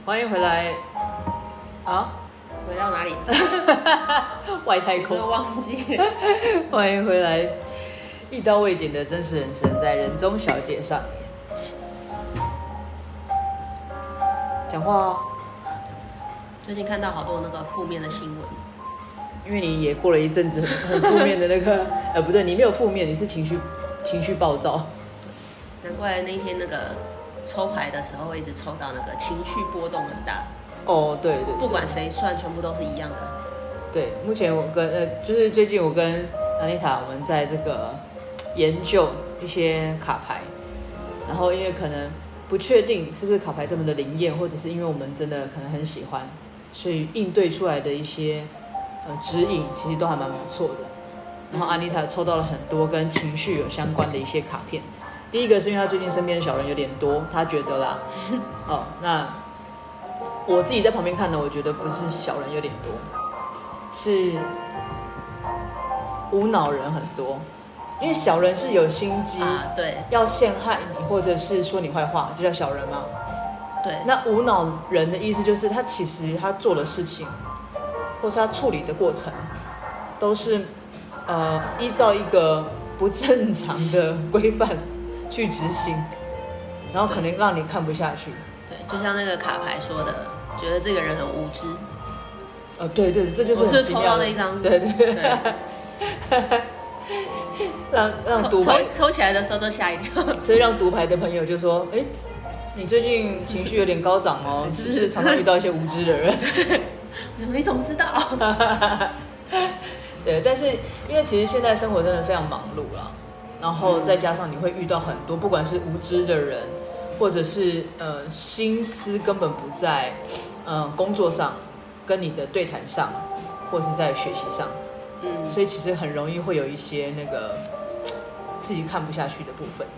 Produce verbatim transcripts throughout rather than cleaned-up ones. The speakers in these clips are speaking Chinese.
欢迎回来。啊， 回到哪里？ 外太空。 我忘记。 欢迎回来，一刀未剪的真实人生在人中小姐上。讲话哦。 最近看到好多那个负面的新闻。 因为你也过了一阵子很负面的那个，呃，不对，你没有负面，你是情绪情绪暴躁。 难怪那一天那个抽牌的时候会一直抽到那个情绪波动很大。 哦，对 对, 对， 不管谁算，全部都是一样的。 对，目前我跟呃，就是最近我跟安妮塔，我们在这个研究一些卡牌，然后因为可能不确定是不是卡牌这么的灵验，或者是因为我们真的可能很喜欢，所以应对出来的一些呃指引，其实都还蛮不错的。然后安妮塔抽到了很多跟情绪有相关的一些卡片。第一个是因为她最近身边的小人有点多，她觉得啦，哦，那我自己在旁边看呢，我觉得不是小人有点多，是无脑人很多。因为小人是有心机， 啊，对， 要陷害你，或者是说你坏话，这叫小人吗？ 对。 那无脑人的意思就是他其实他做的事情，或是他处理的过程，都是呃依照一个不正常的规范去执行，然后可能让你看不下去。 对，就像那个卡牌说的，觉得这个人很无知。 呃，对对，这就是很奇妙的。 我是抽到那一张， 对对对。 对让让读牌抽起来的时候都吓一跳， 所以让读牌的朋友就说：“哎，你最近情绪有点高涨哦，是不是常常遇到一些无知的人？” 我说：“你怎么知道？” 对，但是因为其实现在生活真的非常忙碌啦，然后再加上你会遇到很多不管是无知的人，或者是呃心思根本不在呃工作上，跟你的对谈上，或是在学习上。嗯，所以其实很容易会有一些那个自己看不下去的部分。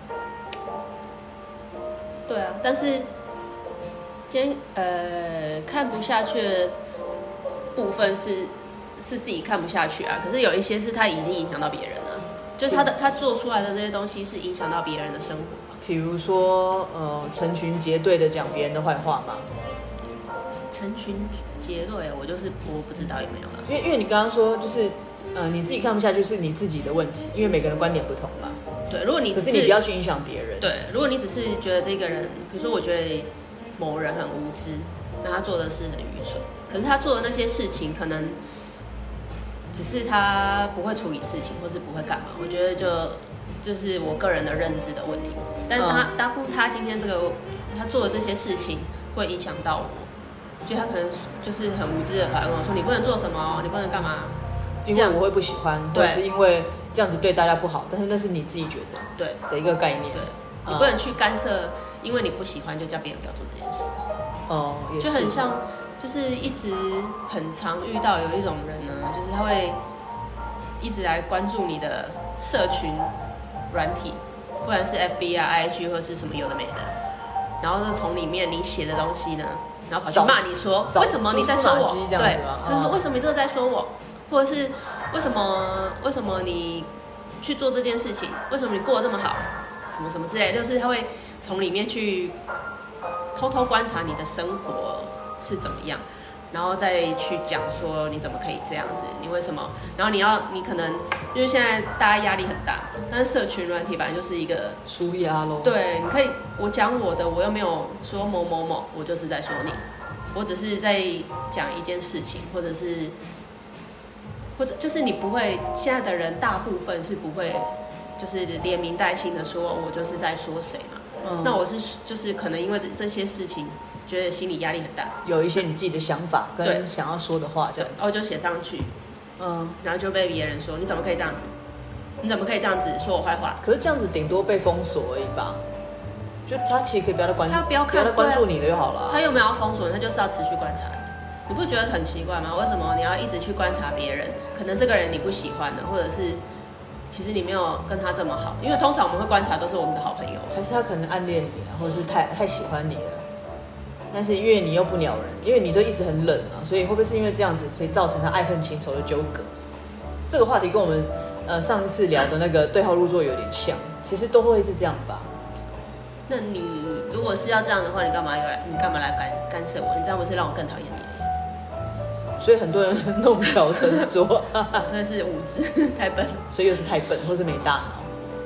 对啊，但是今天呃看不下去的部分是是自己看不下去啊，可是有一些是他已经影响到别人了，就是他的他做出来的这些东西是影响到别人的生活。 比如说呃成群结队的讲别人的坏话嘛。 成群结队，我就是我不知道有没有了。 因为因为你刚刚说就是。呃，你自己看不下去是你自己的问题，因为每个人观点不同嘛。 对，如果你只是可是你不要去影响别人。 对，如果你只是觉得这个人，比如说我觉得某人很无知，那他做的事很愚蠢，可是他做的那些事情可能只是他不会处理事情，或是不会干嘛。我觉得就就是我个人的认知的问题。但是他、嗯、当他今天这个他做的这些事情会影响到我，就他可能就是很无知的跑来跟我说：“你不能做什么，你不能干嘛。” 因为我会不喜欢，或者是因为这样子对大家不好，但是那是你自己觉得对的一个概念。 对，你不能去干涉，因为你不喜欢就叫别人不要做这件事。 哦，也是就很像，就是一直很常遇到有一种人呢，就是他会一直来关注你的社群软体，不管是 F B 啊、I G 或是什么有的没的，然后就从里面你写的东西呢。然后跑去骂你说，为什么你在说我？对，他说为什么你这个在说我，或者是为什么为什么你去做这件事情？为什么你过得这么好？什么什么之类的，就是他会从里面去偷偷观察你的生活是怎么样，然后再去讲说你怎么可以这样子，你为什么？然后你要你可能因为现在大家压力很大，但是社群软体本来就是一个舒压咯。 对，你可以我讲我的，我又没有说某某某，我就是在说你，我只是在讲一件事情，或者是或者就是你不会，现在的人大部分是不会就是连名带姓的说我就是在说谁嘛。嗯、那我是就是可能因为 这, 这些事情，觉得心理压力很大， 有一些你自己的想法跟想要说的话这样子， 然后就写上去，嗯，然后就被别人说你怎么可以这样子？你怎么可以这样子说我坏话？ 可是这样子顶多被封锁而已吧？就他其实可以不要再关注， 他不要看， 不要再关注你了就好了。 他又没有要封锁，他就是要持续观察。你不觉得很奇怪吗？为什么你要一直去观察别人？可能这个人你不喜欢的，或者是其实你没有跟他这么好，因为通常我们会观察都是我们的好朋友， 还是他可能暗恋你啊，或者是太太喜欢你了。但是因为你又不鸟人，因为你都一直很冷啊，所以会不会是因为这样子，所以造成他爱恨情仇的纠葛？这个话题跟我们呃上一次聊的那个对号入座有点像，其实都会是这样吧。 那你如果是要这样的话，你干嘛要来？你干嘛来干干涉我？你这样不是让我更讨厌你？ 所以很多人弄巧成拙， 所以是无知太笨， 所以又是太笨，或是没大脑。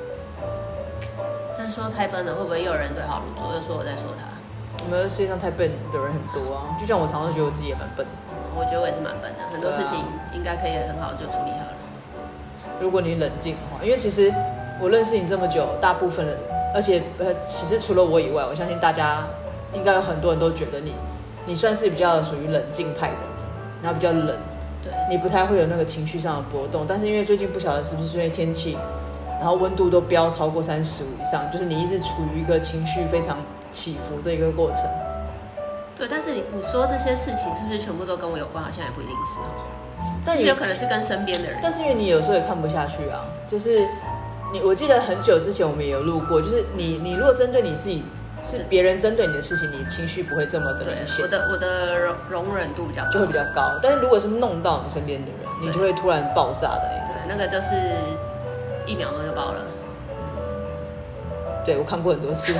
但说太笨了，会不会又有人对号入座，又说我在说他？ 我们世界上太笨的人很多啊，就像我常常觉得我自己也蛮笨的。 我觉得我也是蛮笨的，很多事情应该可以很好就处理好了。 如果你冷静的话，因为其实我认识你这么久，大部分人，而且呃，其实除了我以外，我相信大家应该有很多人都觉得你，你算是比较属于冷静派的人，然后比较冷， 对， 你不太会有那个情绪上的波动。但是因为最近不晓得是不是因为天气，然后温度都飙超过三十五以上，就是你一直处于一个情绪非常起伏的一个过程。 对，但是你你说这些事情是不是全部都跟我有关？好像也不一定是， 但其实有可能是跟身边的人。 但是因为你有时候也看不下去啊，就是你，我记得很久之前我们也有录过，就是你你如果针对你自己，是别人针对你的事情，你情绪不会这么的明显。 我的我的容容忍度比较高， 就会比较高。但是如果是弄到你身边的人，你就会突然爆炸的那种。 对，那个就是一秒钟就爆了。 对，我看过很多次。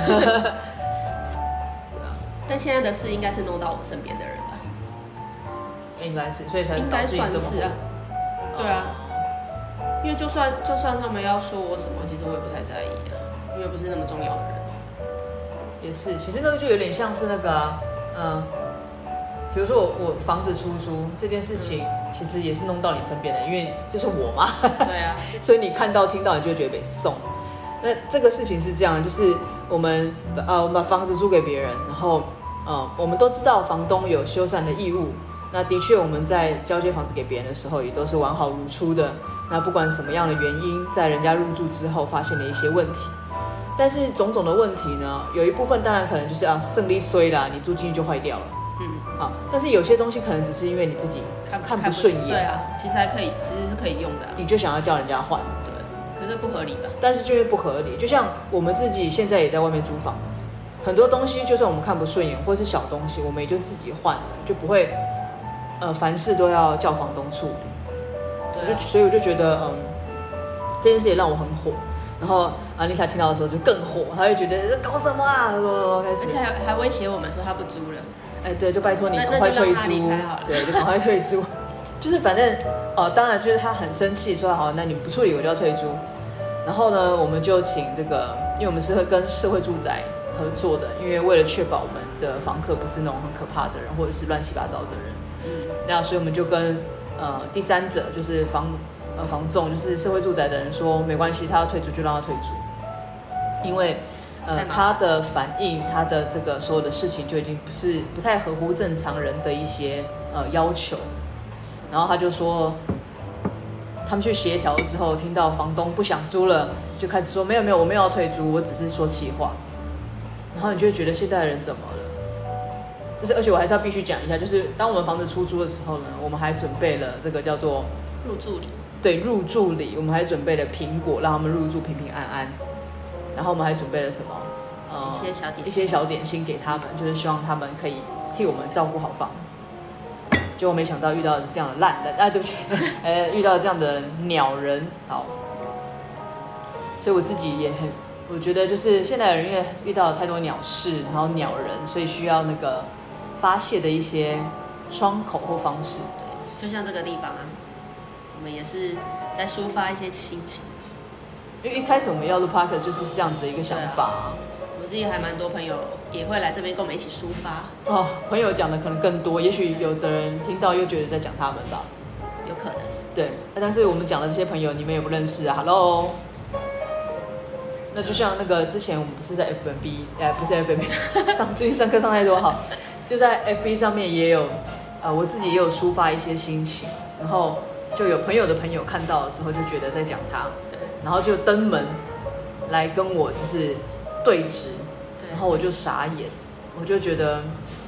但现在的事应该是弄到我身边的人吧？ 应该是，所以才应该算是啊。对啊，因为就算就算他们要说我什么，其实我也不太在意啊，因为不是那么重要的人。 也是，其实那个就有点像是那个、啊，嗯、呃，比如说我我房子出租这件事情，嗯、其实也是弄到你身边的，因为就是我嘛。 对啊， 所以你看到听到，你就会觉得被送。那这个事情是这样，就是我们呃我们把房子租给别人，然后呃我们都知道房东有修缮的义务。那的确我们在交接房子给别人的时候，也都是完好如初的。那不管什么样的原因，在人家入住之后发现了一些问题。但是种种的问题呢，有一部分当然可能就是啊，胜利衰啦，你住进去就坏掉了，嗯，好，但是有些东西可能只是因为你自己看看不顺眼， 对啊，其实还可以，其实是可以用的、啊， 你就想要叫人家换， 对，可是不合理吧？ 但是就是不合理，就像我们自己现在也在外面租房子，很多东西就算我们看不顺眼，或是小东西，我们也就自己换了，就不会，呃，凡事都要叫房东处理，对、啊，就所以我就觉得，嗯，这件事也让我很火。然后安妮塔听到的时候就更火，她就觉得搞什么啊，开始， 而且还还威胁我们说她不租了， 哎，对，就拜托你赶快退租，对，就赶快退租，就是反正哦，当然就是她很生气，说好，那你不处理我就要退租。然后呢，我们就请这个，因为我们是会跟社会住宅合作的，因为为了确保我们的房客不是那种很可怕的人，或者是乱七八糟的人，嗯，那所以我们就跟呃第三者，就是房。呃，房仲就是社会住宅的人说没关系，他要退租就让他退租，因为呃他的反应，他的这个所有的事情就已经不是不太合乎正常人的一些呃要求，然后他就说，他们去协调之后，听到房东不想租了，就开始说没有没有，我没有要退租，我只是说气话，然后你就会觉得现在的人怎么了？就是而且我还是要必须讲一下，就是当我们房子出租的时候呢，我们还准备了这个叫做入住礼。 对，入住礼，我们还准备了苹果，让他们入住平平安安。然后我们还准备了什么？ 呃，一些小点心， 一些小点心给他们，就是希望他们可以替我们照顾好房子。结果没想到遇到的是这样的烂人，啊，对不起，呃，遇到这样的鸟人，好。所以我自己也很，我觉得就是现在的人因为遇到了太多鸟事，然后鸟人，所以需要那个发泄的一些窗口或方式。 对，就像这个地方啊。我们也是在抒发一些心情， 因为一开始我们要录 podcast 就是这样子的一个想法、啊。 我自己还蛮多朋友也会来这边跟我们一起抒发。 哦，朋友讲的可能更多，也许有的人听到又觉得在讲他们吧， 有可能。 对，但是我们讲的这些朋友你们也不认识啊 ，Hello。那就像那个之前我们不是在 F M B， 哎，不是 F M B， 上最近上课上太多哈，就在 F B 上面也有，呃，我自己也有抒发一些心情，然后。就有朋友的朋友看到了之后就觉得在讲他，对，然后就登门来跟我就是对峙，然后我就傻眼，我就觉得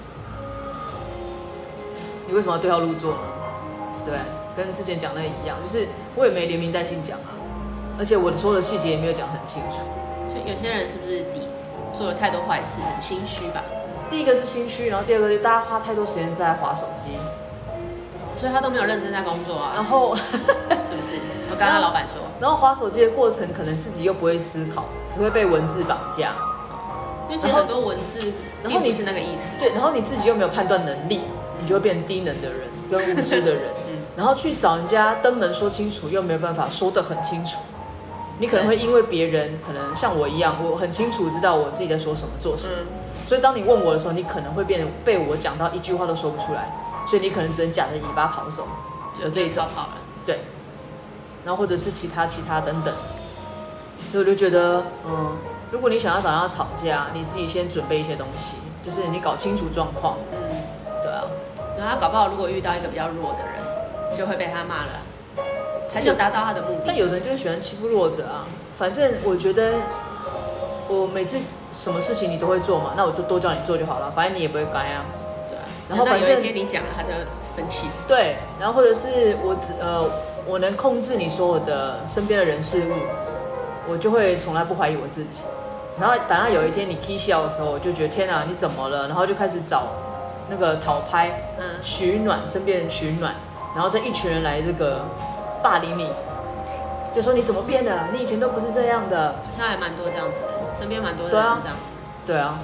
你为什么要对号入座呢？对，跟之前讲的一样，就是我也没连名带姓讲啊，而且我所有的细节也没有讲很清楚。 所以有些人是不是自己做了太多坏事，很心虚吧？ 第一个是心虚，然后第二个是大家花太多时间在滑手机。 所以他都没有认真在工作啊， 然后是不是？我刚刚老板说， 然后滑手机的过程可能自己又不会思考，只会被文字绑架。 因因为其实很多文字并不是那个意思。 对，然后你自己又没有判断能力，你就会变低能的人跟无知的人。嗯、然后去找人家登门说清楚，又没有办法说得很清楚。你可能会因为别人可能像我一样，我很清楚知道我自己在说什么做什么，嗯、所以当你问我的时候，你可能会变被我讲到一句话都说不出来，所以你可能只能夹着尾巴跑走， 就这一招跑了。 对，然后或者是其他其他等等，所以我就觉得，嗯，如果你想要找他吵架，你自己先准备一些东西，就是你搞清楚状况。嗯，对啊。 然后他搞不好如果遇到一个比较弱的人，就会被他骂了。才就达到他的目的。 但有的人就是喜欢欺负弱者啊。反正我觉得，我每次什么事情你都会做嘛，那我就多叫你做就好了。反正你也不会改啊。 对啊。然后反正有一天你讲了，他就生气。 对，然后或者是我只呃，我能控制你所有的身边的人事物，我就会从来不怀疑我自己。然后等到有一天你踢笑的时候，我就觉得天啊，你怎么了？然后就开始找那个讨拍，嗯，取暖，身边人取暖，然后再一群人来这个。霸凌你，就说你怎么变了？你以前都不是这样的。 好像还蛮多这样子的，身边蛮多人这样子。 对啊，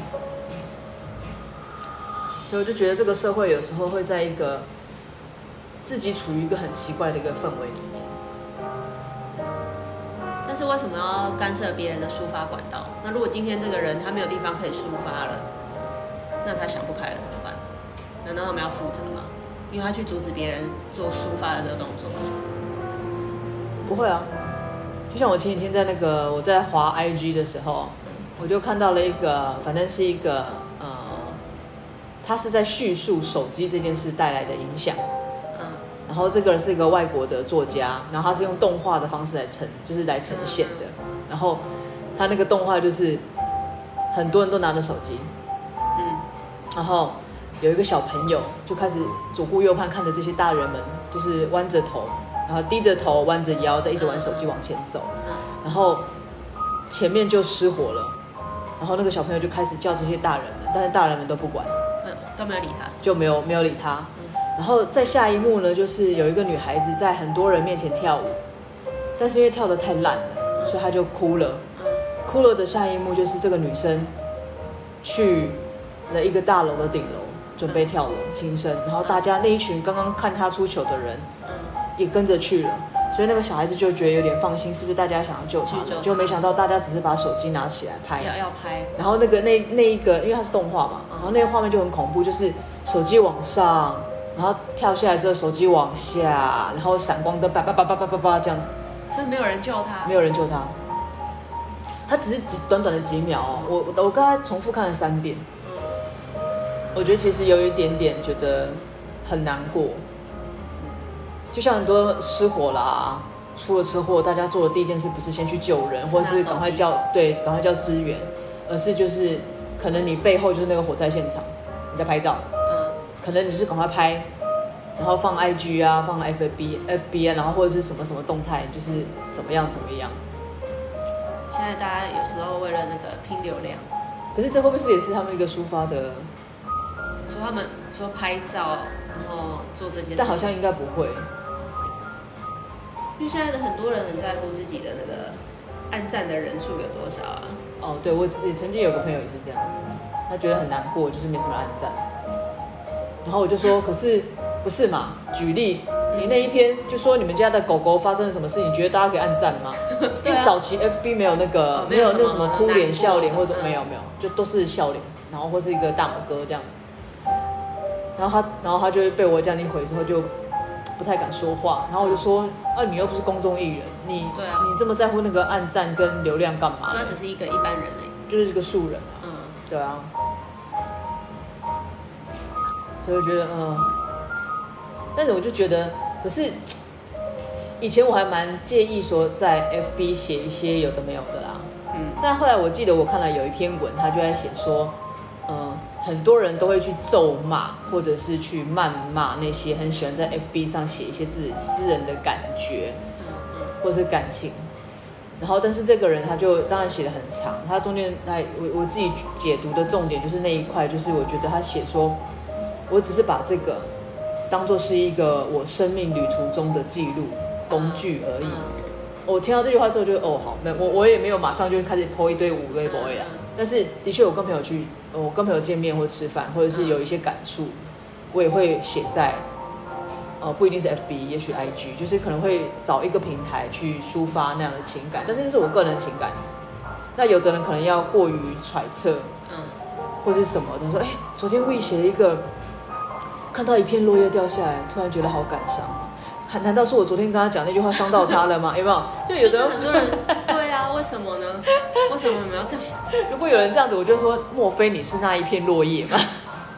所以我就觉得这个社会有时候会在一个自己处于一个很奇怪的一个氛围里面。 但是为什么要干涉别人的抒发管道？那如果今天这个人他没有地方可以抒发了，那他想不开了怎么办？难道他们要负责吗？因为他去阻止别人做抒发的这个动作。 不会啊，就像我前几天在那个我在滑 I G 的时候，我就看到了一个，反正是一个呃，他是在叙述手机这件事带来的影响。嗯。然后这个人是一个外国的作家，然后他是用动画的方式来呈，就是来呈现的。然后他那个动画就是很多人都拿着手机，嗯，然后有一个小朋友就开始左顾右盼，看着这些大人们，就是弯着头。然后低着头弯着腰在一直玩手机往前走，然后前面就失火了，然后那个小朋友就开始叫这些大人们，但是大人们都不管， 嗯，都没有理他， 就没有没有理他。然后在下一幕呢，就是有一个女孩子在很多人面前跳舞，但是因为跳得太烂了，所以她就哭了。哭了的下一幕就是这个女生去了一个大楼的顶楼，准备跳楼轻生，然后大家那一群刚刚看她出糗的人。也跟着去了，所以那个小孩子就觉得有点放心，是不是大家想要救他？就没想到大家只是把手机拿起来拍， 要要拍。 然后那个那那一个，因为它是动画嘛，然后那个画面就很恐怖，就是手机往上，然后跳下来之后手机往下，然后闪光灯叭叭叭叭叭叭叭这样子。 所以没有人救他， 没有人救他，他只是几短短的几秒哦。我我刚才重复看了三遍，我觉得其实有一点点觉得很难过。就像很多失火啦，出了车祸，大家做的第一件事不是先去救人，或者是赶快叫对，赶快叫支援，而是就是可能你背后就是那个火灾现场，你在拍照，嗯，可能你就是赶快拍，然后放 I G 啊，放 F B F B 啊，然后或者是什么什么动态，就是怎么样怎么样。 现在大家有时候为了那个拼流量， 可是这会不会是也是他们一个抒发的？ 说他们说拍照，然后做这些事情， 但好像应该不会。 因为现在的很多人很在乎自己的那个按赞的人数有多少啊。 哦，对，我曾经有个朋友也是这样子，他觉得很难过，就是没什么按赞。然后我就说，可是不是嘛？举例，你那一篇就说你们家的狗狗发生了什么事，你觉得大家可以按赞吗？因为早期 F B 没有那个、哦、没有那个什么哭脸笑脸或者没有没有，就都是笑脸，然后或是一个大拇哥这样。然后他然后他就被我这样一回之后就不太敢说话，然后我就说啊，你又不是公众艺人，你对啊，你这么在乎那个按赞跟流量干嘛？ 所以他只是一个一般人而已， 就是一个素人啊。嗯，对啊。所以我觉得，嗯、呃，但是我就觉得，可是以前我还蛮介意说在 F B 写一些有的没有的啦，嗯，但后来我记得我看了有一篇文，他就在写说，嗯、呃。很多人都会去咒骂，或者是去谩骂那些很喜欢在 F B 上写一些自己私人的感觉，或是感情。然后，但是这个人他就当然写得很长，他中间来我我自己解读的重点就是那一块，就是我觉得他写说，我只是把这个当作是一个我生命旅途中的记录工具而已。我听到这句话之后就哦好，我我也没有马上就开始 po 一堆五个 boy 啊。 但是的确，我跟朋友去，我跟朋友见面或吃饭，或者是有一些感触，我也会写在，呃，不一定是 F B， 也许 I G， 就是可能会找一个平台去抒发那样的情感，但是这是我个人的情感。那有的人可能要过于揣测，嗯，或者是什么的，说，哎，昨天魏写了一个，看到一片落叶掉下来，突然觉得好感伤。难道是我昨天跟他讲那句话伤到他了吗？有没有？就有的、 就是、很多人，对啊，为什么呢？为什么你们要这样子？ 如果有人这样子，我就说，莫非你是那一片落叶吗？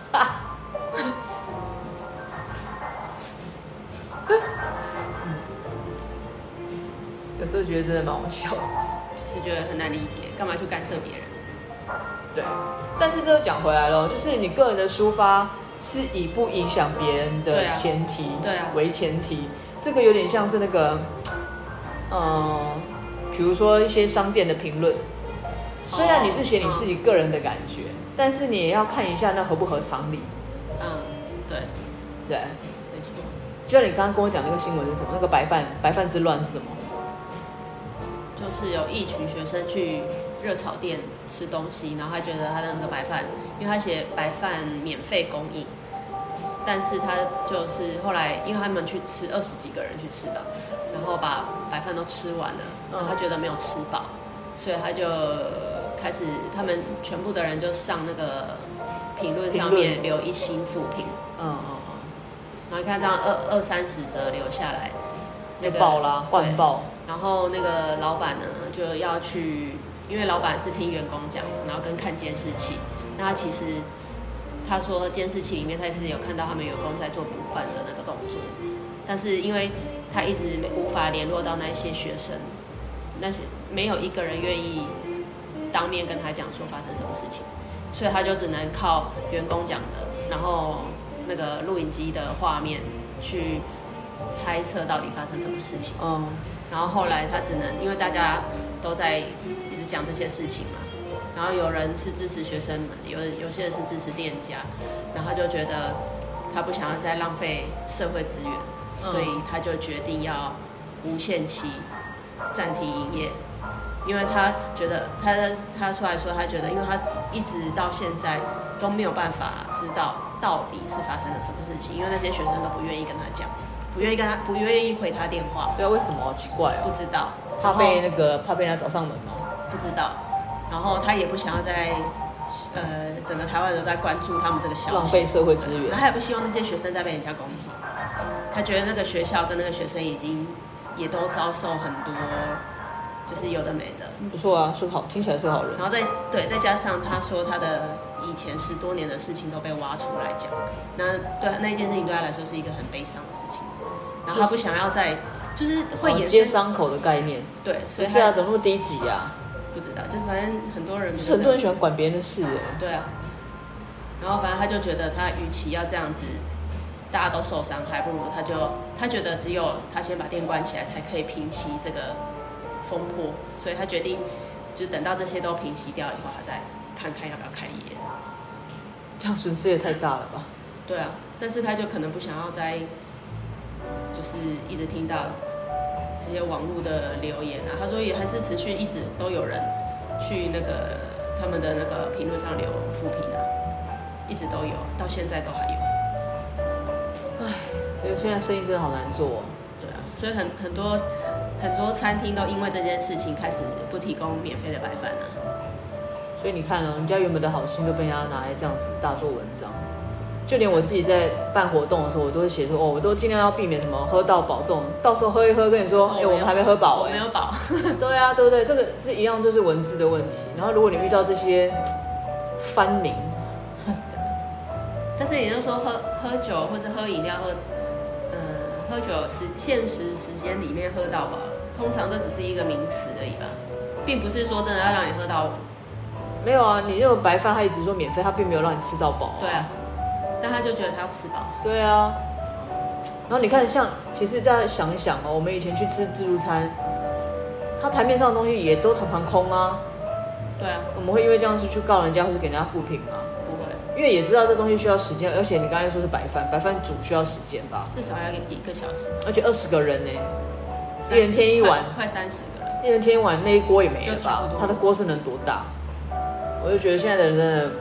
有时候觉得真的蛮好笑的， 就是觉得很难理解，干嘛去干涉别人？ 对，但是这就讲回来了，就是你个人的抒发是以不影响别人的前提对啊为前提，这个有点像是那个，呃，比如说一些商店的评论，虽然你是写你自己个人的感觉，嗯、但是你也要看一下那合不合常理。 嗯，对， 对， 没错。 就像你刚刚跟我讲那个新闻是什么？那个白饭白饭之乱是什么？ 就是有一群学生去热炒店吃东西，然后他觉得他的那个白饭，因为他写白饭免费供应，但是他就是后来因为他们去吃二十几个人去吃吧，然后把白饭都吃完了，然后他觉得没有吃饱，所以他就开始他们全部的人就上那个评论上面留一星负评，嗯嗯嗯，然后你看这样二二三十则留下来，那个爆啦，灌爆。 然后那个老板呢就要去，因为老板是听员工讲，然后跟看监视器。那他其实他说监视器里面他是有看到他们员工在做补饭的那个动作，但是因为他一直无法联络到那些学生，那些没有一个人愿意当面跟他讲说发生什么事情，所以他就只能靠员工讲的，然后那个录影机的画面去猜测到底发生什么事情。嗯。然后后来他只能，因为大家都在一直讲这些事情嘛，然后有人是支持学生们，有有些人是支持店家，然后他就觉得他不想要再浪费社会资源，嗯、所以他就决定要无限期暂停营业，因为他觉得他他出来说，他觉得因为他一直到现在都没有办法知道到底是发生了什么事情，因为那些学生都不愿意跟他讲。不愿意跟他，不愿意回他电话。 对啊，为什么？奇怪哦。 不知道。 怕被那个，怕被人家找上门吗？ 不知道。然后他也不想要在，呃，整个台湾都在关注他们这个消息。 浪费社会资源。 然后他也不希望那些学生再被人家攻击。他觉得那个学校跟那个学生已经也都遭受很多，就是有的没的。 不错啊，说好，听起来是好人。 然后再对，再加上他说他的以前十多年的事情都被挖出来讲，那对那一件事情对他来说是一个很悲伤的事情。然后他不想要再，就是会衍生接伤口的概念， 对，所以是啊，怎么那么低级啊？ 不知道，就反正很多人， 很多人喜欢管别人的事， 对啊。然后反正他就觉得，他与其要这样子，大家都受伤，还不如他就他觉得只有他先把店关起来，才可以平息这个风波，所以他决定，就是等到这些都平息掉以后，他再看看要不要开业。 这样损失也太大了吧？ 对啊，但是他就可能不想要再。就是一直听到这些网络的留言啊，他说也还是持续一直都有人去那个他们的那个评论上留负评啊，一直都有，到现在都还有。 唉，因为现在生意真的好难做、哦。 对啊，所以很很多很多餐厅都因为这件事情开始不提供免费的白饭啊。 所以你看哦，人家原本的好心都被人家拿来这样子大做文章。就连我自己在办活动的时候，我都会写说，哦，我都尽量要避免什么喝到饱这种，到时候喝一喝，跟你说，哎、欸，我们还没喝饱、欸， 我没有饱。 对啊，对不对？这个是一样，就是文字的问题。然后如果你遇到这些翻名， 但是你就说喝喝酒或是喝饮料喝，呃，喝酒时限时时间里面喝到饱，通常这只是一个名词而已吧，并不是说真的要让你喝到。 没有啊，你那种白饭他一直说免费，他并没有让你吃到饱、啊。 对啊。但他就觉得他要吃饱。 对啊，然后你看，像其实再想一想哦，我们以前去吃自助餐，他台面上的东西也都常常空啊。 对啊。 我们会因为这样子去告人家，或是给人家负评吗？ 不会， 因为也知道这东西需要时间，而且你刚才说是白饭，白饭煮需要时间吧？ 至少要一个小时。 而且二十个人呢，一人添一碗， 快三十个人， 一人添一碗，那一锅也没了吧？ 就差不多。 他的锅是能多大？ 我就觉得现在的人真的，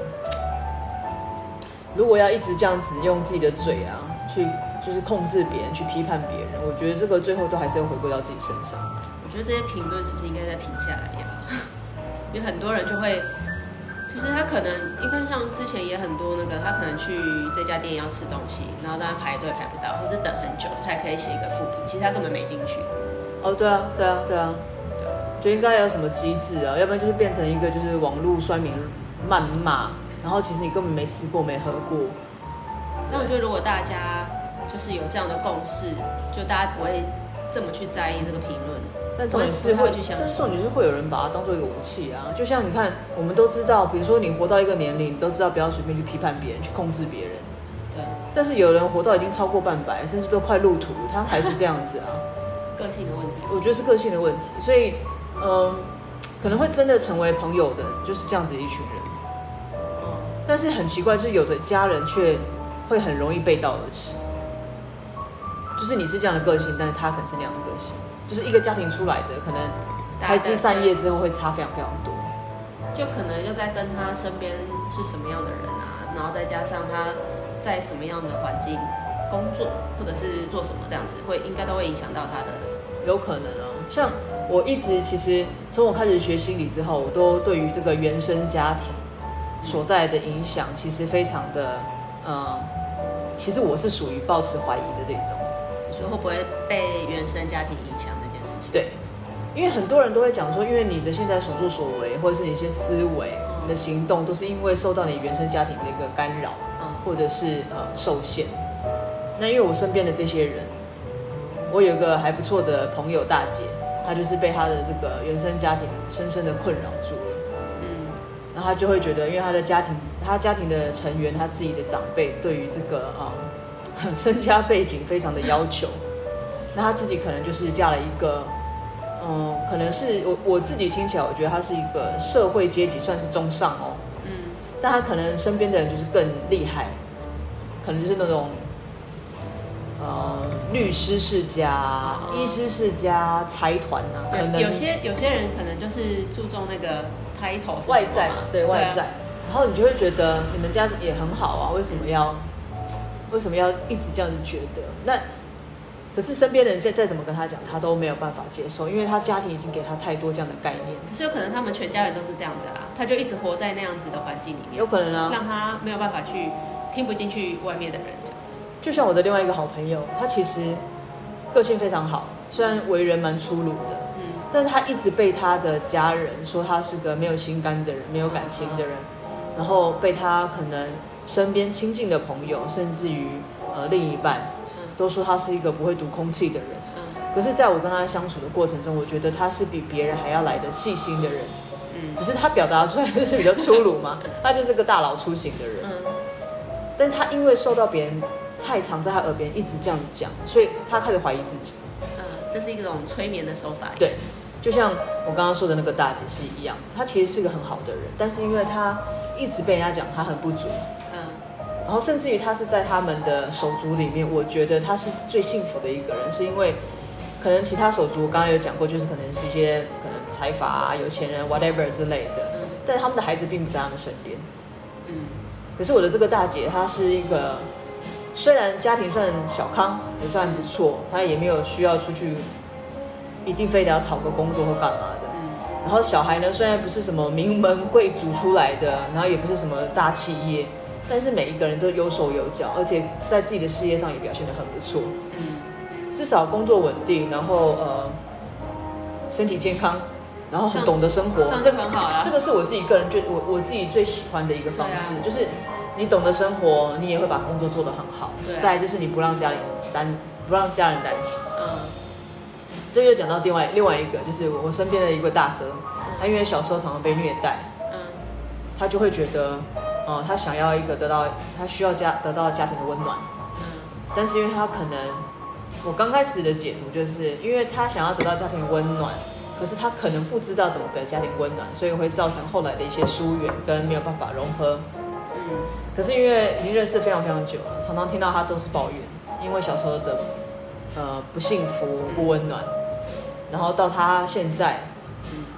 如果要一直这样子用自己的嘴啊去就是控制别人，去批判别人，我觉得这个最后都还是要回归到自己身上。 我觉得这些评论是不是应该再停下来呀？有很多人就会，就是他可能，你看像之前也很多那个，他可能去这家店要吃东西，然后大家排队排不到，或是等很久，他也可以写一个负评，其实他根本没进去。 哦，对啊，对啊，对啊，就应该有什么机制啊，要不然就是变成一个就是网络酸民谩骂，然后其实你根本没吃过没喝过。 但我觉得如果大家就是有这样的共识，就大家不会这么去在意这个评论。 但重点是会，但重点是会有人把它当做一个武器啊。就像你看，我们都知道，比如说你活到一个年龄，你都知道不要随便去批判别人，去控制别人。 对。 但是有人活到已经超过半百，甚至都快入土，他还是这样子啊。 个性的问题， 我觉得是个性的问题。所以，嗯，可能会真的成为朋友的，就是这样子一群人。嗯。但是很奇怪，就是有的家人却会很容易背道而驰。就是你是这样的个性，但是他可能是那样的个性。就是一个家庭出来的，可能开枝散叶之后会差非常非常多。 就可能又在跟他身边是什么样的人啊，然后再加上他在什么样的环境工作，或者是做什么这样子，会应该都会影响到他的。 有可能哦，像我一直其实从我开始学心理之后，我都对于这个原生家庭所带来的影响，其实非常的，呃，其实我是属于抱持怀疑的这种。 所以会不会被原生家庭影响这件事情？ 对，因为很多人都会讲说，因为你的现在所作所为，或者是你一些思维、嗯、你的行动，都是因为受到你原生家庭的一个干扰，嗯、或者是呃受限。那因为我身边的这些人，我有一个还不错的朋友大姐，她就是被她的这个原生家庭深深的困扰住了。嗯，然后她就会觉得，因为她的家庭，她家庭的成员，她自己的长辈，对于这个啊。嗯身家背景非常的要求，那她自己可能就是嫁了一个，嗯，可能是我我自己听起来，我觉得她是一个社会阶级算是中上哦，嗯，但她可能身边的人就是更厉害，可能就是那种，呃，律师世家、嗯、医师世家、财团啊，可能有些有些人可能就是注重那个 title 外在，对外在，啊、然后你就会觉得你们家也很好啊，为什么要？为什么要一直这样子觉得？那可是身边人再再怎么跟他讲，他都没有办法接受，因为他家庭已经给他太多这样的概念。 可是有可能他们全家人都是这样子啦，他就一直活在那样子的环境里面， 有可能啊， 让他没有办法去听不进去外面的人讲。 就像我的另外一个好朋友，他其实个性非常好，虽然为人蛮粗鲁的，嗯，但是他一直被他的家人说他是个没有心肝的人，没有感情的人，嗯、然后被他可能。身边亲近的朋友，甚至于呃另一半，都说他是一个不会读空气的人。嗯、可是，在我跟他相处的过程中，我觉得他是比别人还要来的细心的人。嗯，只是他表达出来就是比较粗鲁嘛，他就是个大老粗型的人。嗯，但是他因为受到别人太常在他耳边一直这样讲，所以他开始怀疑自己。 嗯，这是一种催眠的手法。 对，就像我刚刚说的那个大姐是一样，她其实是个很好的人，但是因为她一直被人家讲她很不足。然后甚至于他是在他们的手足里面，我觉得他是最幸福的一个人，是因为可能其他手足我刚刚有讲过，就是可能是一些可能财阀啊、有钱人 whatever 之类的，嗯、但是他们的孩子并不在他们身边。嗯，可是我的这个大姐，她是一个虽然家庭算小康，也算不错，她也没有需要出去一定非得要讨个工作或干嘛的。嗯，然后小孩呢，虽然不是什么名门贵族出来的，然后也不是什么大企业。但是每一个人都有手有脚，而且在自己的事业上也表现得很不错。嗯，至少工作稳定，然后呃身体健康，然后很懂得生活， 这样就很好啊。 这个是我自己个人最我我自己最喜欢的一个方式，啊、就是你懂得生活，你也会把工作做得很好。对、啊，再来就是你不让家里担不让家人担心。嗯，这又讲到另外另外一个，就是我身边的一个大哥，嗯、他因为小时候常常被虐待，嗯，他就会觉得。哦，他想要一个得到，他需要家得到家庭的温暖，嗯，但是因为他可能，我刚开始的解读就是，因为他想要得到家庭温暖，可是他可能不知道怎么给家庭温暖，所以会造成后来的一些疏远跟没有办法融合，嗯，可是因为已经认识非常非常久了，常常听到他都是抱怨，因为小时候的呃不幸福不温暖，然后到他现在，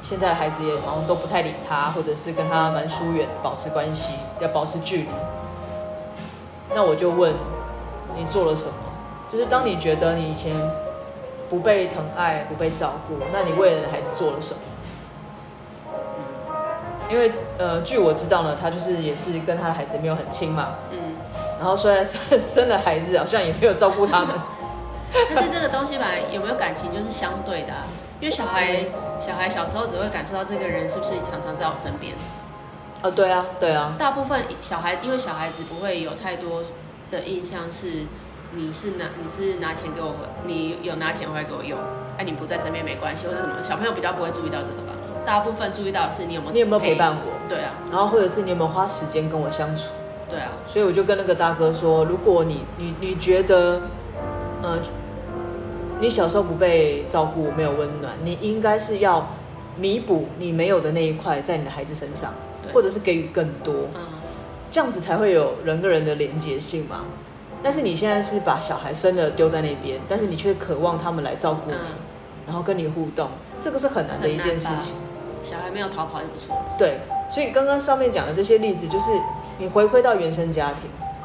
现在的孩子也好像都不太理他，或者是跟他蛮疏远，保持关系，要保持距离。那我就问你做了什么？就是当你觉得你以前不被疼爱、不被照顾，那你为了孩子做了什么？因为呃，据我知道呢，他就是也是跟他的孩子没有很亲嘛，嗯，然后虽然生生了孩子，好像也没有照顾他们。 但是这个东西吧，有没有感情就是相对的、啊，因为小孩小孩小时候只会感受到这个人是不是常常在我身边。 哦，对啊，对啊。 大部分小孩，因为小孩子不会有太多的印象是你是拿你是拿钱给我，你有拿钱回来给我用，哎、啊，你不在身边没关系，或者什么，小朋友比较不会注意到这个吧。大部分注意到的是你有没有你有没有陪伴我？ 对啊， 然后或者是你有没有花时间跟我相处？ 对啊， 所以我就跟那个大哥说，如果你你你觉得，呃，你小时候不被照顾，没有温暖，你应该是要弥补你没有的那一块在你的孩子身上，或者是给予更多，嗯，这样子才会有人跟人的连结性嘛。但是你现在是把小孩生了丢在那边，但是你却渴望他们来照顾你，嗯，然后跟你互动，这个是很难的一件事情。 小孩没有逃跑就不错了。 对，所以刚刚上面讲的这些例子，就是你回归到原生家庭，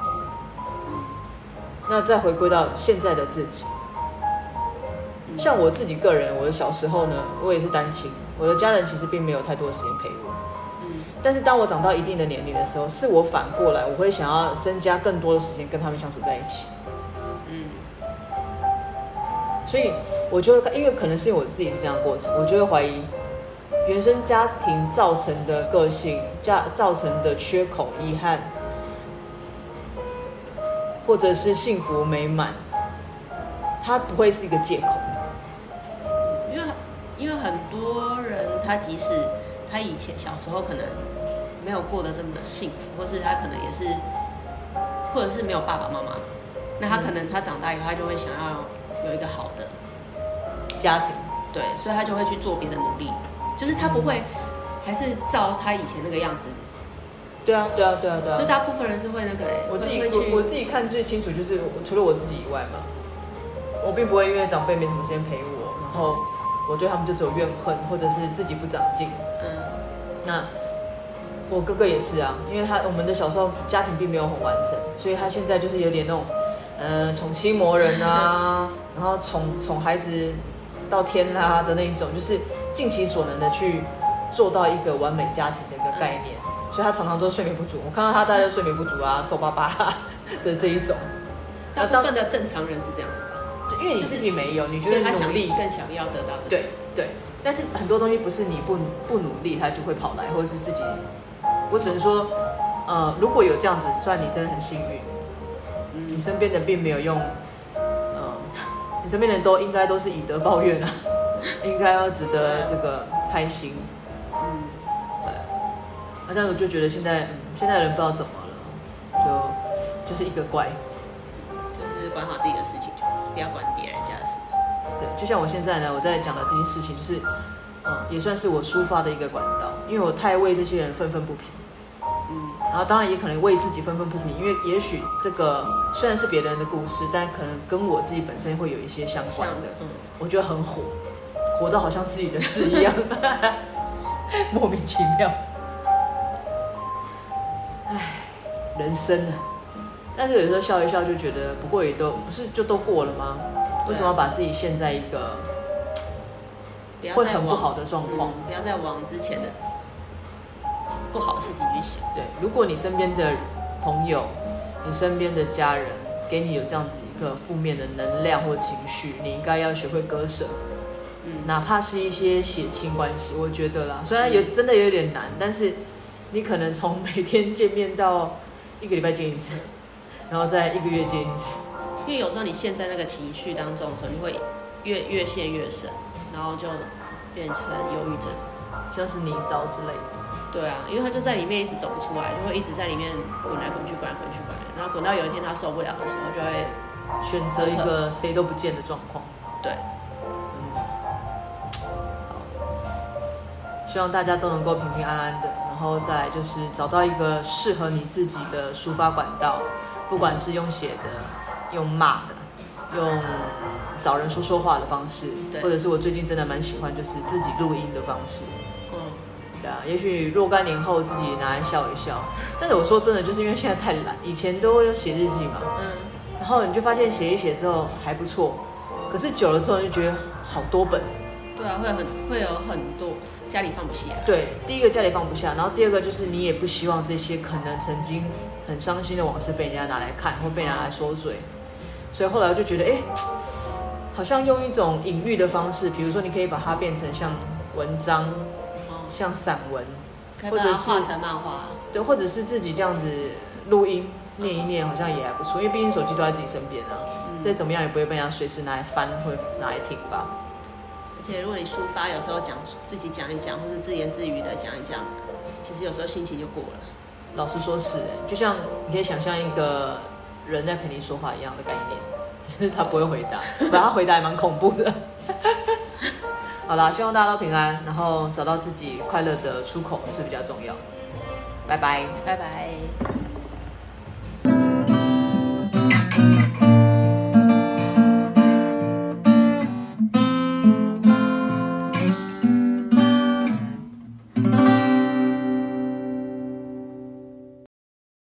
那再回归到现在的自己。像我自己个人，我的小时候呢，我也是单亲，我的家人其实并没有太多时间陪我。嗯，但是当我长到一定的年龄的时候，是我反过来，我会想要增加更多的时间跟他们相处在一起。嗯，所以我就会，因为可能是因为我自己是这样的过程，我就会怀疑原生家庭造成的个性、造成的缺口、遗憾，或者是幸福美满，它不会是一个借口。 因为因为很多人他即使他以前小时候可能没有过得这么幸福，或是他可能也是，或者是没有爸爸妈妈，那他可能他长大以后他就会想要有一个好的家庭， 对，所以他就会去做别的努力，就是他不会还是照他以前那个样子。 对啊，对啊，对啊，对啊。 所以大部分人是会那个、欸， 我自己我我自己看最清楚就是除了我自己以外嘛，我并不会因为长辈没什么时间陪我，然后我对他们就只有怨恨，或者是自己不长进。嗯，那我哥哥也是啊，因为他我们的小时候家庭并没有很完整，所以他现在就是有点那种，呃，宠妻魔人啊，然后宠宠孩子到天啦的那一种，就是尽其所能的去做到一个完美家庭的一个概念。所以他常常都睡眠不足，我看到他大家都睡眠不足啊，瘦巴巴的这一种。 大部分的正常人是这样子吧？ 对，因为你自己没有，你觉得他努力更想要得到这个。 对对，但是很多东西不是你不不努力，他就会跑来，或者是自己。我只能说，呃，如果有这样子，算你真的很幸运。嗯，你身边的并没有用，呃，你身边的人都应该都是以德报怨啊，应该要值得这个开心。啊，但是我就觉得现在，嗯，现在人不知道怎么了，就就是一个怪， 就是管好自己的事情就好，不要管别人家的事。 对，就像我现在呢，我在讲的这件事情，就是，嗯，也算是我抒发的一个管道，因为我太为这些人愤愤不平，嗯，然后当然也可能为自己愤愤不平，因为也许这个虽然是别人的故事，但可能跟我自己本身会有一些相关的，嗯，我觉得很火，火到好像自己的事一样，莫名其妙。唉，人生啊，但是有时候笑一笑就觉得，不过也都不是就都过了吗？为什么要把自己陷在一个会很不好的状况？ 不要再往之前的不好的事情去想。 对，如果你身边的朋友、你身边的家人给你有这样子一个负面的能量或情绪，你应该要学会割舍。嗯，哪怕是一些血亲关系，我觉得啦，虽然有真的有点难，但是。你可能从每天见面到一个礼拜见一次，然后再一个月见一次。 因为有时候你陷在那个情绪当中的时候，你会越越陷越深，然后就变成忧郁症， 像是泥沼之类的。 对啊，因为他就在里面一直走不出来，就会一直在里面滚来滚去，滚来滚去，滚来，然后滚到有一天他受不了的时候，就会选择一个谁都不见的状况。 对， 嗯，好，希望大家都能够平平安安的。然后再来就是找到一个适合你自己的抒发管道，不管是用写的、用骂的、用找人说说话的方式，或者是我最近真的蛮喜欢就是自己录音的方式。 的、啊，也许若干年后自己拿来笑一笑。但是我说真的，就是因为现在太懒，以前都有写日记嘛，嗯，然后你就发现写一写之后还不错，可是久了之后就觉得好多本。 对啊，会很会有很多家里放不下。 对，第一个家里放不下，然后第二个就是你也不希望这些可能曾经很伤心的往事被人家拿来看或被拿来说嘴，所以后来我就觉得，哎，好像用一种隐喻的方式，比如说你可以把它变成像文章，哦、像散文， 或者是画成漫画， 对，或者是自己这样子录音念一念，好像也还不错，因为毕竟手机都在自己身边啊，嗯、再怎么样也不会被人家随时拿来翻或拿来听吧。 而且如果你抒发，有时候讲自己讲一讲，或是自言自语的讲一讲，其实有时候心情就过了。 老实说是，就像你可以想象一个人在陪你说话一样的概念，只是他不会回答，不然他回答还蛮恐怖的。好啦，希望大家都平安，然后找到自己快乐的出口是比较重要。拜拜， 拜拜。